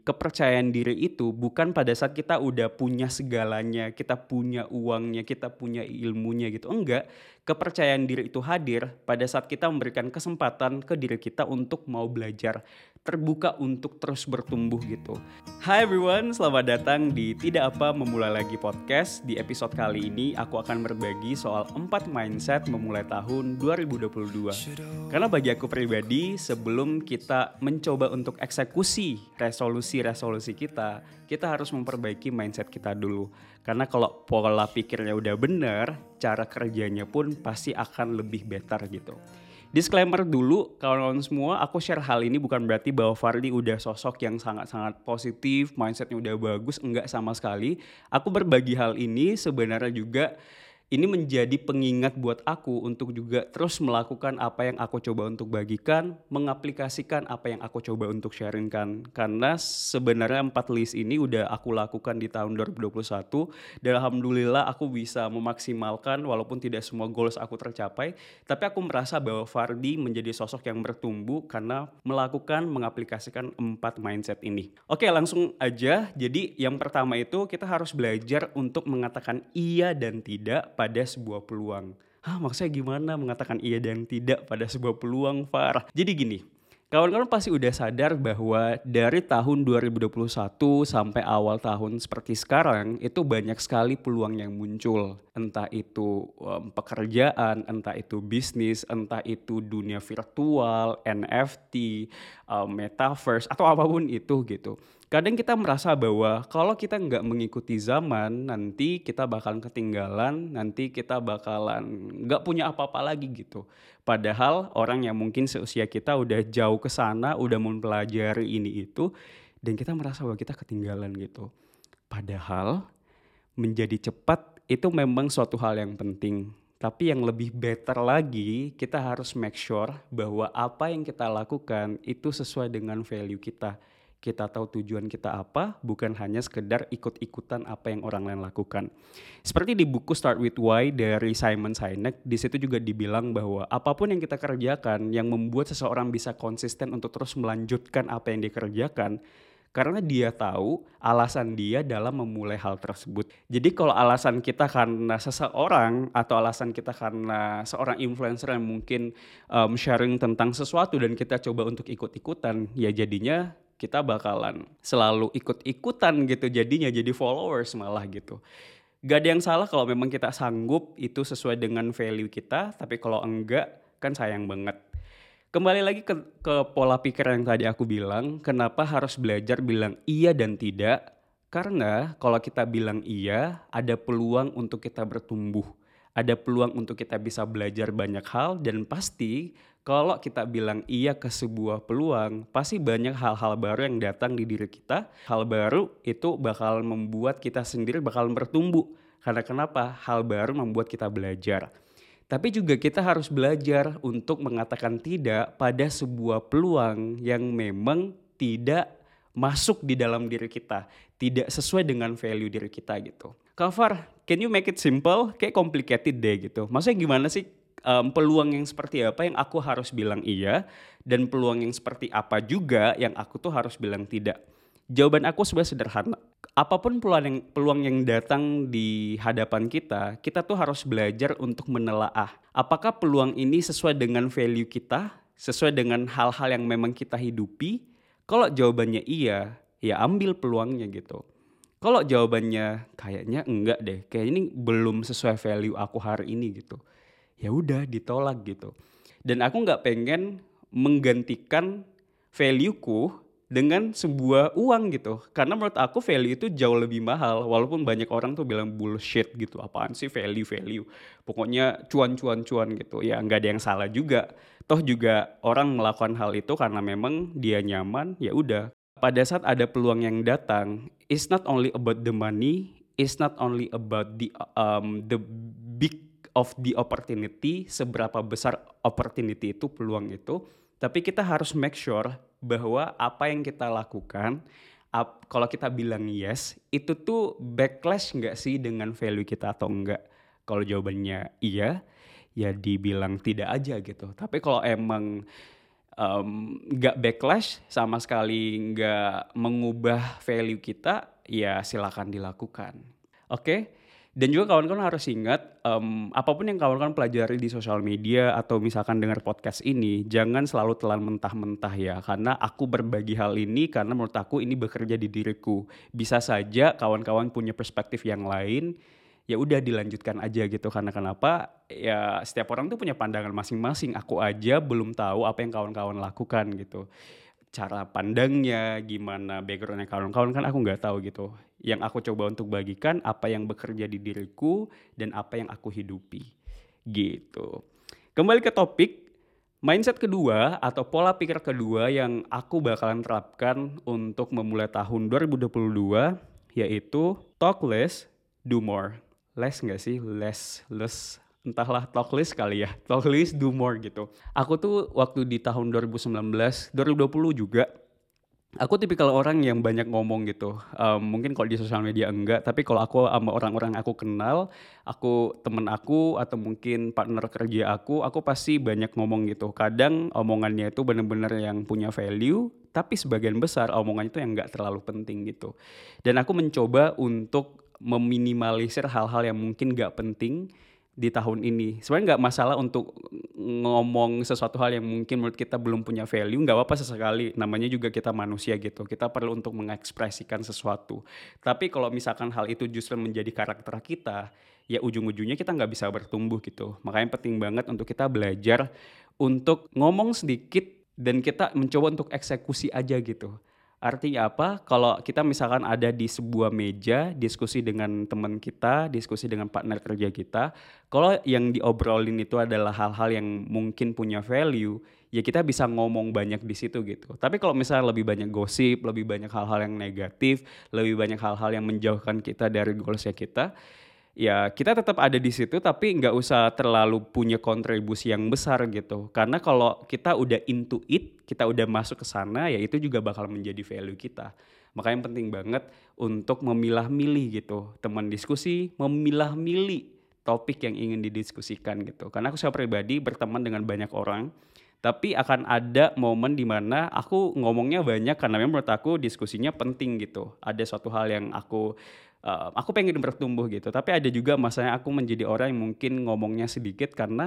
Kepercayaan diri itu bukan pada saat kita udah punya segalanya, kita punya uangnya, kita punya ilmunya gitu, enggak. Kepercayaan diri itu hadir pada saat kita memberikan kesempatan ke diri kita untuk mau belajar, terbuka untuk terus bertumbuh gitu. Hai everyone, selamat datang di Tidak Apa Memulai Lagi Podcast. Di episode kali ini aku akan berbagi soal 4 mindset memulai tahun 2022. Karena bagi aku pribadi, sebelum kita mencoba untuk eksekusi resolusi-resolusi kita harus memperbaiki mindset kita dulu. Karena kalau pola pikirnya udah benar, cara kerjanya pun pasti akan lebih better gitu. Disclaimer dulu, kawan-kawan semua, aku share hal ini bukan berarti bahwa Fardi udah sosok yang sangat-sangat positif, mindsetnya udah bagus, enggak sama sekali. Aku berbagi hal ini sebenarnya juga ini menjadi pengingat buat aku untuk juga terus melakukan apa yang aku coba untuk bagikan, mengaplikasikan apa yang aku coba untuk sharingkan. Karena sebenarnya 4 list ini udah aku lakukan di tahun 2021 dan alhamdulillah aku bisa memaksimalkan walaupun tidak semua goals aku tercapai, tapi aku merasa bahwa Fardi menjadi sosok yang bertumbuh karena melakukan, mengaplikasikan 4 mindset ini. Oke, langsung aja. Jadi yang pertama itu kita harus belajar untuk mengatakan iya dan tidak pada sebuah peluang. Maksudnya gimana mengatakan iya dan tidak pada sebuah peluang, Far? Jadi gini, kawan-kawan pasti udah sadar bahwa dari tahun 2021 sampai awal tahun seperti sekarang itu banyak sekali peluang yang muncul. Entah itu pekerjaan, entah itu bisnis, entah itu dunia virtual, NFT, metaverse, atau apapun itu gitu. Kadang kita merasa bahwa kalau kita nggak mengikuti zaman, nanti kita bakalan ketinggalan, nanti kita bakalan nggak punya apa-apa lagi gitu. Padahal orang yang mungkin seusia kita udah jauh ke sana, udah mempelajari ini itu, dan kita merasa bahwa kita ketinggalan gitu. Padahal menjadi cepat itu memang suatu hal yang penting. Tapi yang lebih better lagi, kita harus make sure bahwa apa yang kita lakukan itu sesuai dengan value kita. Kita tahu tujuan kita apa, bukan hanya sekedar ikut-ikutan apa yang orang lain lakukan. Seperti di buku Start With Why dari Simon Sinek, di situ juga dibilang bahwa apapun yang kita kerjakan yang membuat seseorang bisa konsisten untuk terus melanjutkan apa yang dikerjakan, karena dia tahu alasan dia dalam memulai hal tersebut. Jadi kalau alasan kita karena seseorang atau alasan kita karena seorang influencer yang mungkin sharing tentang sesuatu dan kita coba untuk ikut-ikutan, ya jadinya kita bakalan selalu ikut-ikutan gitu, jadinya jadi followers malah gitu. Gak ada yang salah kalau memang kita sanggup itu sesuai dengan value kita, tapi kalau enggak kan sayang banget. Kembali lagi ke pola pikir yang tadi aku bilang, kenapa harus belajar bilang iya dan tidak? Karena kalau kita bilang iya, ada peluang untuk kita bertumbuh. Ada peluang untuk kita bisa belajar banyak hal dan pasti kalau kita bilang iya ke sebuah peluang, pasti banyak hal-hal baru yang datang di diri kita. Hal baru itu bakal membuat kita sendiri bakal bertumbuh. Karena kenapa? Hal baru membuat kita belajar. Tapi juga kita harus belajar untuk mengatakan tidak pada sebuah peluang yang memang tidak masuk di dalam diri kita, tidak sesuai dengan value diri kita gitu. Kafar, can you make it simple? Kayak complicated deh gitu. Maksudnya gimana sih peluang yang seperti apa yang aku harus bilang iya dan peluang yang seperti apa juga yang aku tuh harus bilang tidak? Jawaban aku sebenarnya sederhana. Apapun peluang yang datang di hadapan kita tuh harus belajar untuk menelaah. Apakah peluang ini sesuai dengan value kita, sesuai dengan hal-hal yang memang kita hidupi? Kalau jawabannya iya, ya ambil peluangnya gitu. Kalau jawabannya kayaknya enggak deh, kayak ini belum sesuai value aku hari ini gitu. Ya udah ditolak gitu. Dan aku nggak pengen menggantikan value-ku dengan sebuah uang gitu. Karena menurut aku value itu jauh lebih mahal. Walaupun banyak orang tuh bilang bullshit gitu. Apaan sih value. Pokoknya cuan gitu. Ya nggak ada yang salah juga. Toh juga orang melakukan hal itu karena memang dia nyaman, ya udah. Pada saat ada peluang yang datang, it's not only about the money, it's not only about the big of the opportunity, seberapa besar opportunity itu, peluang itu, tapi kita harus make sure bahwa apa yang kita lakukan, kalau kita bilang yes, itu tuh backlash nggak sih dengan value kita atau enggak. Kalau jawabannya iya, ya dibilang tidak aja gitu. Tapi kalau emang nggak backlash, sama sekali nggak mengubah value kita, ya silakan dilakukan. Oke? Dan juga kawan-kawan harus ingat, apapun yang kawan-kawan pelajari di sosial media atau misalkan dengar podcast ini, jangan selalu telan mentah-mentah ya. Karena aku berbagi hal ini karena menurut aku ini bekerja di diriku. Bisa saja kawan-kawan punya perspektif yang lain, ya udah dilanjutkan aja gitu. Karena kenapa? Ya setiap orang tuh punya pandangan masing-masing. Aku aja belum tahu apa yang kawan-kawan lakukan gitu. Cara pandangnya, gimana background-nya kawan-kawan kan aku nggak tahu gitu. Yang aku coba untuk bagikan apa yang bekerja di diriku dan apa yang aku hidupi gitu. Kembali ke topik, mindset kedua atau pola pikir kedua yang aku bakalan terapkan untuk memulai tahun 2022 yaitu talk less, do more. Less nggak sih? Less, entahlah, talk less kali ya. Talk less, do more gitu. Aku tuh waktu di tahun 2019, 2020 juga, aku tipikal orang yang banyak ngomong gitu. Mungkin kalau di sosial media enggak, tapi kalau aku sama orang-orang aku kenal, temen aku atau mungkin partner kerja aku pasti banyak ngomong gitu. Kadang omongannya itu bener-bener yang punya value, tapi sebagian besar omongannya itu yang enggak terlalu penting gitu. Dan aku mencoba untuk meminimalisir hal-hal yang mungkin enggak penting di tahun ini. Sebenarnya nggak masalah untuk ngomong sesuatu hal yang mungkin menurut kita belum punya value, nggak apa-apa sesekali. Namanya juga kita manusia gitu. Kita perlu untuk mengekspresikan sesuatu. Tapi kalau misalkan hal itu justru menjadi karakter kita, ya ujung-ujungnya kita nggak bisa bertumbuh gitu. Makanya penting banget untuk kita belajar untuk ngomong sedikit dan kita mencoba untuk eksekusi aja gitu. Artinya apa? Kalau kita misalkan ada di sebuah meja, diskusi dengan teman kita, diskusi dengan partner kerja kita, kalau yang diobrolin itu adalah hal-hal yang mungkin punya value, ya kita bisa ngomong banyak di situ gitu. Tapi kalau misalnya lebih banyak gosip, lebih banyak hal-hal yang negatif, lebih banyak hal-hal yang menjauhkan kita dari goalsnya kita, ya kita tetap ada di situ tapi nggak usah terlalu punya kontribusi yang besar gitu. Karena kalau kita udah into it, kita udah masuk ke sana, ya itu juga bakal menjadi value kita. Makanya penting banget untuk memilah-milih gitu. Teman diskusi, memilah-milih topik yang ingin didiskusikan gitu. Karena aku secara pribadi berteman dengan banyak orang, tapi akan ada momen di mana aku ngomongnya banyak karena memang menurut aku diskusinya penting gitu. Ada suatu hal yang aku pengen bertumbuh gitu. Tapi ada juga masanya aku menjadi orang yang mungkin ngomongnya sedikit karena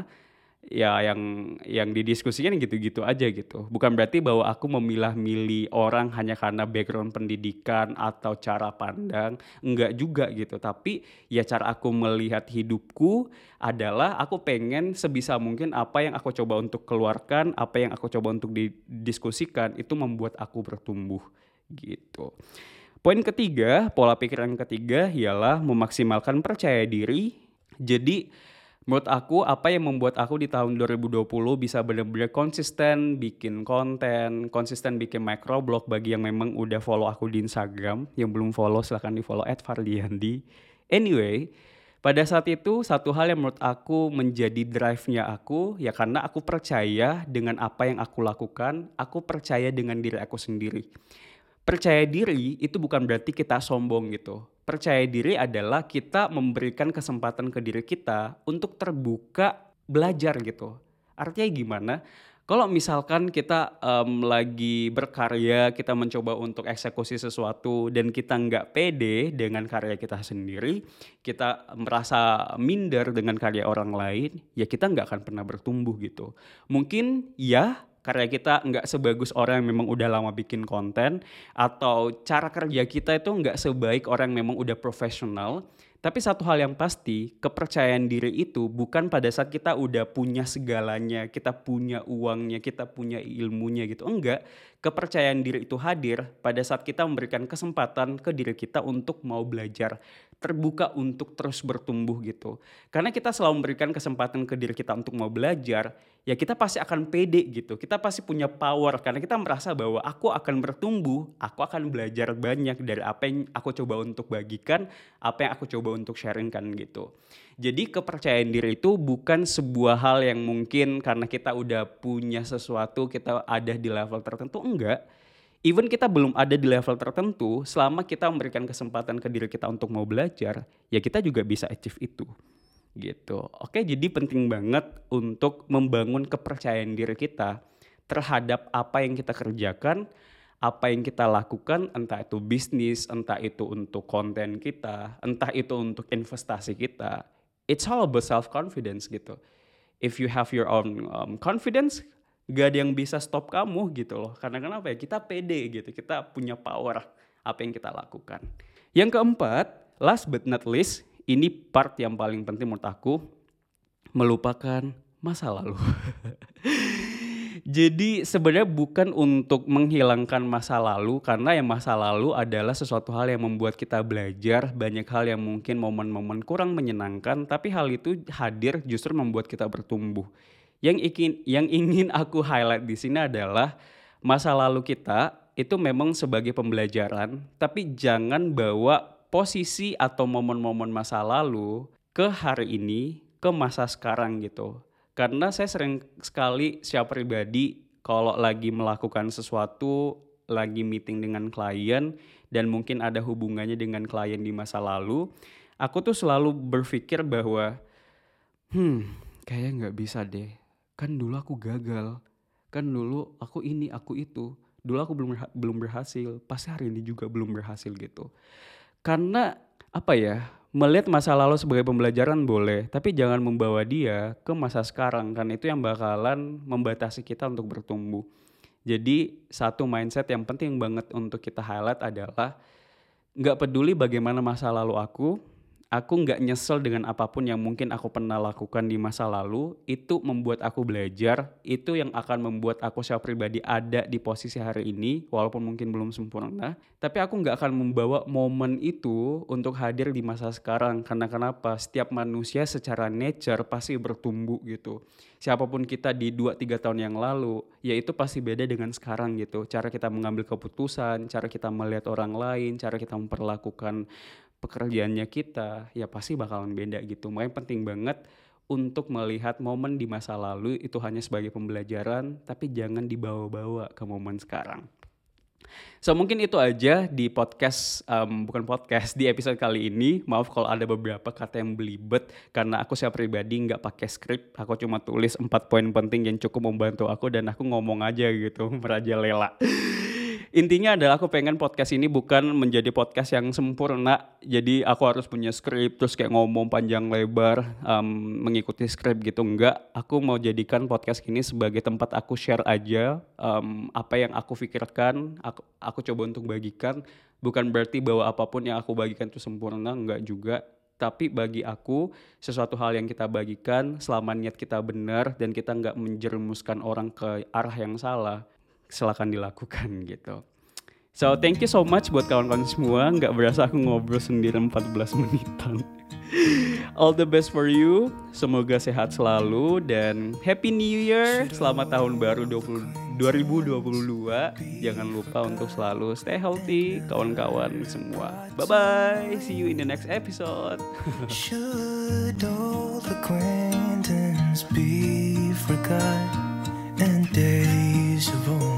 ya yang didiskusikan gitu-gitu aja gitu. Bukan berarti bahwa aku memilah-milih orang hanya karena background pendidikan atau cara pandang, enggak juga gitu. Tapi ya cara aku melihat hidupku adalah aku pengen sebisa mungkin apa yang aku coba untuk keluarkan, apa yang aku coba untuk didiskusikan itu membuat aku bertumbuh gitu. Poin ketiga, pola pikir yang ketiga ialah memaksimalkan percaya diri. Jadi menurut aku apa yang membuat aku di tahun 2020 bisa benar-benar konsisten bikin konten, konsisten bikin microblog bagi yang memang udah follow aku di Instagram, yang belum follow silahkan di follow @fardiandi. Anyway, pada saat itu satu hal yang menurut aku menjadi drive-nya aku ya karena aku percaya dengan apa yang aku lakukan, aku percaya dengan diri aku sendiri. Percaya diri itu bukan berarti kita sombong gitu. Percaya diri adalah kita memberikan kesempatan ke diri kita untuk terbuka belajar gitu. Artinya gimana? Kalau misalkan kita lagi berkarya, kita mencoba untuk eksekusi sesuatu dan kita nggak pede dengan karya kita sendiri, kita merasa minder dengan karya orang lain, ya kita nggak akan pernah bertumbuh gitu. Mungkin ya karya kita nggak sebagus orang yang memang udah lama bikin konten, atau cara kerja kita itu nggak sebaik orang yang memang udah profesional. Tapi satu hal yang pasti, kepercayaan diri itu bukan pada saat kita udah punya segalanya, kita punya uangnya, kita punya ilmunya gitu. Enggak, kepercayaan diri itu hadir pada saat kita memberikan kesempatan ke diri kita untuk mau belajar, terbuka untuk terus bertumbuh gitu. Karena kita selalu memberikan kesempatan ke diri kita untuk mau belajar, ya kita pasti akan pede gitu. Kita pasti punya power karena kita merasa bahwa aku akan bertumbuh, aku akan belajar banyak dari apa yang aku coba untuk bagikan, apa yang aku coba untuk sharingkan gitu. Jadi kepercayaan diri itu bukan sebuah hal yang mungkin karena kita udah punya sesuatu, kita ada di level tertentu, enggak. Even kita belum ada di level tertentu, selama kita memberikan kesempatan ke diri kita untuk mau belajar, ya kita juga bisa achieve itu. Gitu. Oke, jadi penting banget untuk membangun kepercayaan diri kita. terhadap apa yang kita kerjakan, apa yang kita lakukan, entah itu bisnis, entah itu untuk konten kita, entah itu untuk investasi kita. It's all about self-confidence gitu. If you have your own confidence, gak ada yang bisa stop kamu gitu loh. Karena kenapa ya? Kita pede gitu, kita punya power apa yang kita lakukan. Yang keempat, last but not least, ini part yang paling penting menurut aku, melupakan masa lalu. Jadi sebenarnya bukan untuk menghilangkan masa lalu, karena yang masa lalu adalah sesuatu hal yang membuat kita belajar, banyak hal yang mungkin momen-momen kurang menyenangkan, tapi hal itu hadir justru membuat kita bertumbuh. Yang ingin aku highlight di sini adalah masa lalu kita itu memang sebagai pembelajaran, tapi jangan bawa posisi atau momen-momen masa lalu ke hari ini, ke masa sekarang gitu. Karena saya sering sekali secara pribadi kalau lagi melakukan sesuatu, lagi meeting dengan klien dan mungkin ada hubungannya dengan klien di masa lalu, aku tuh selalu berpikir bahwa kayaknya nggak bisa deh. Kan dulu aku gagal, kan dulu aku ini, aku itu. Dulu aku belum berhasil, pasti hari ini juga belum berhasil gitu. Karena apa ya, melihat masa lalu sebagai pembelajaran boleh, tapi jangan membawa dia ke masa sekarang, kan itu yang bakalan membatasi kita untuk bertumbuh. Jadi satu mindset yang penting banget untuk kita highlight adalah gak peduli bagaimana masa lalu aku gak nyesel dengan apapun yang mungkin aku pernah lakukan di masa lalu. Itu membuat aku belajar, itu yang akan membuat aku secara pribadi ada di posisi hari ini, walaupun mungkin belum sempurna. Tapi aku gak akan membawa momen itu untuk hadir di masa sekarang. Karena kenapa? Setiap manusia secara nature pasti bertumbuh gitu. Siapapun kita di 2-3 tahun yang lalu, ya itu pasti beda dengan sekarang gitu. Cara kita mengambil keputusan, cara kita melihat orang lain, cara kita memperlakukan pekerjaannya kita, ya pasti bakalan beda gitu. Makanya penting banget untuk melihat momen di masa lalu itu hanya sebagai pembelajaran, tapi jangan dibawa-bawa ke momen sekarang. So mungkin itu aja di podcast, di episode kali ini. Maaf kalau ada beberapa kata yang belibet, karena aku secara pribadi gak pakai skrip. Aku cuma tulis 4 poin penting yang cukup membantu aku dan aku ngomong aja gitu, merajalela. Intinya adalah aku pengen podcast ini bukan menjadi podcast yang sempurna. Jadi aku harus punya skrip terus kayak ngomong panjang lebar mengikuti skrip gitu. Enggak, aku mau jadikan podcast ini sebagai tempat aku share aja apa yang aku pikirkan, aku coba untuk bagikan. Bukan berarti bahwa apapun yang aku bagikan itu sempurna, enggak juga. Tapi bagi aku sesuatu hal yang kita bagikan selama niat kita benar dan kita enggak menjerumuskan orang ke arah yang salah, silakan dilakukan gitu. So thank you so much buat kawan-kawan semua. Gak berasa aku ngobrol sendiri 14 menitan. All the best for you. Semoga sehat selalu dan Happy New Year. Selamat tahun baru 2022. Jangan lupa untuk selalu stay healthy kawan-kawan semua. Bye-bye. See you in the next episode. Should old acquaintance be forgot and days of old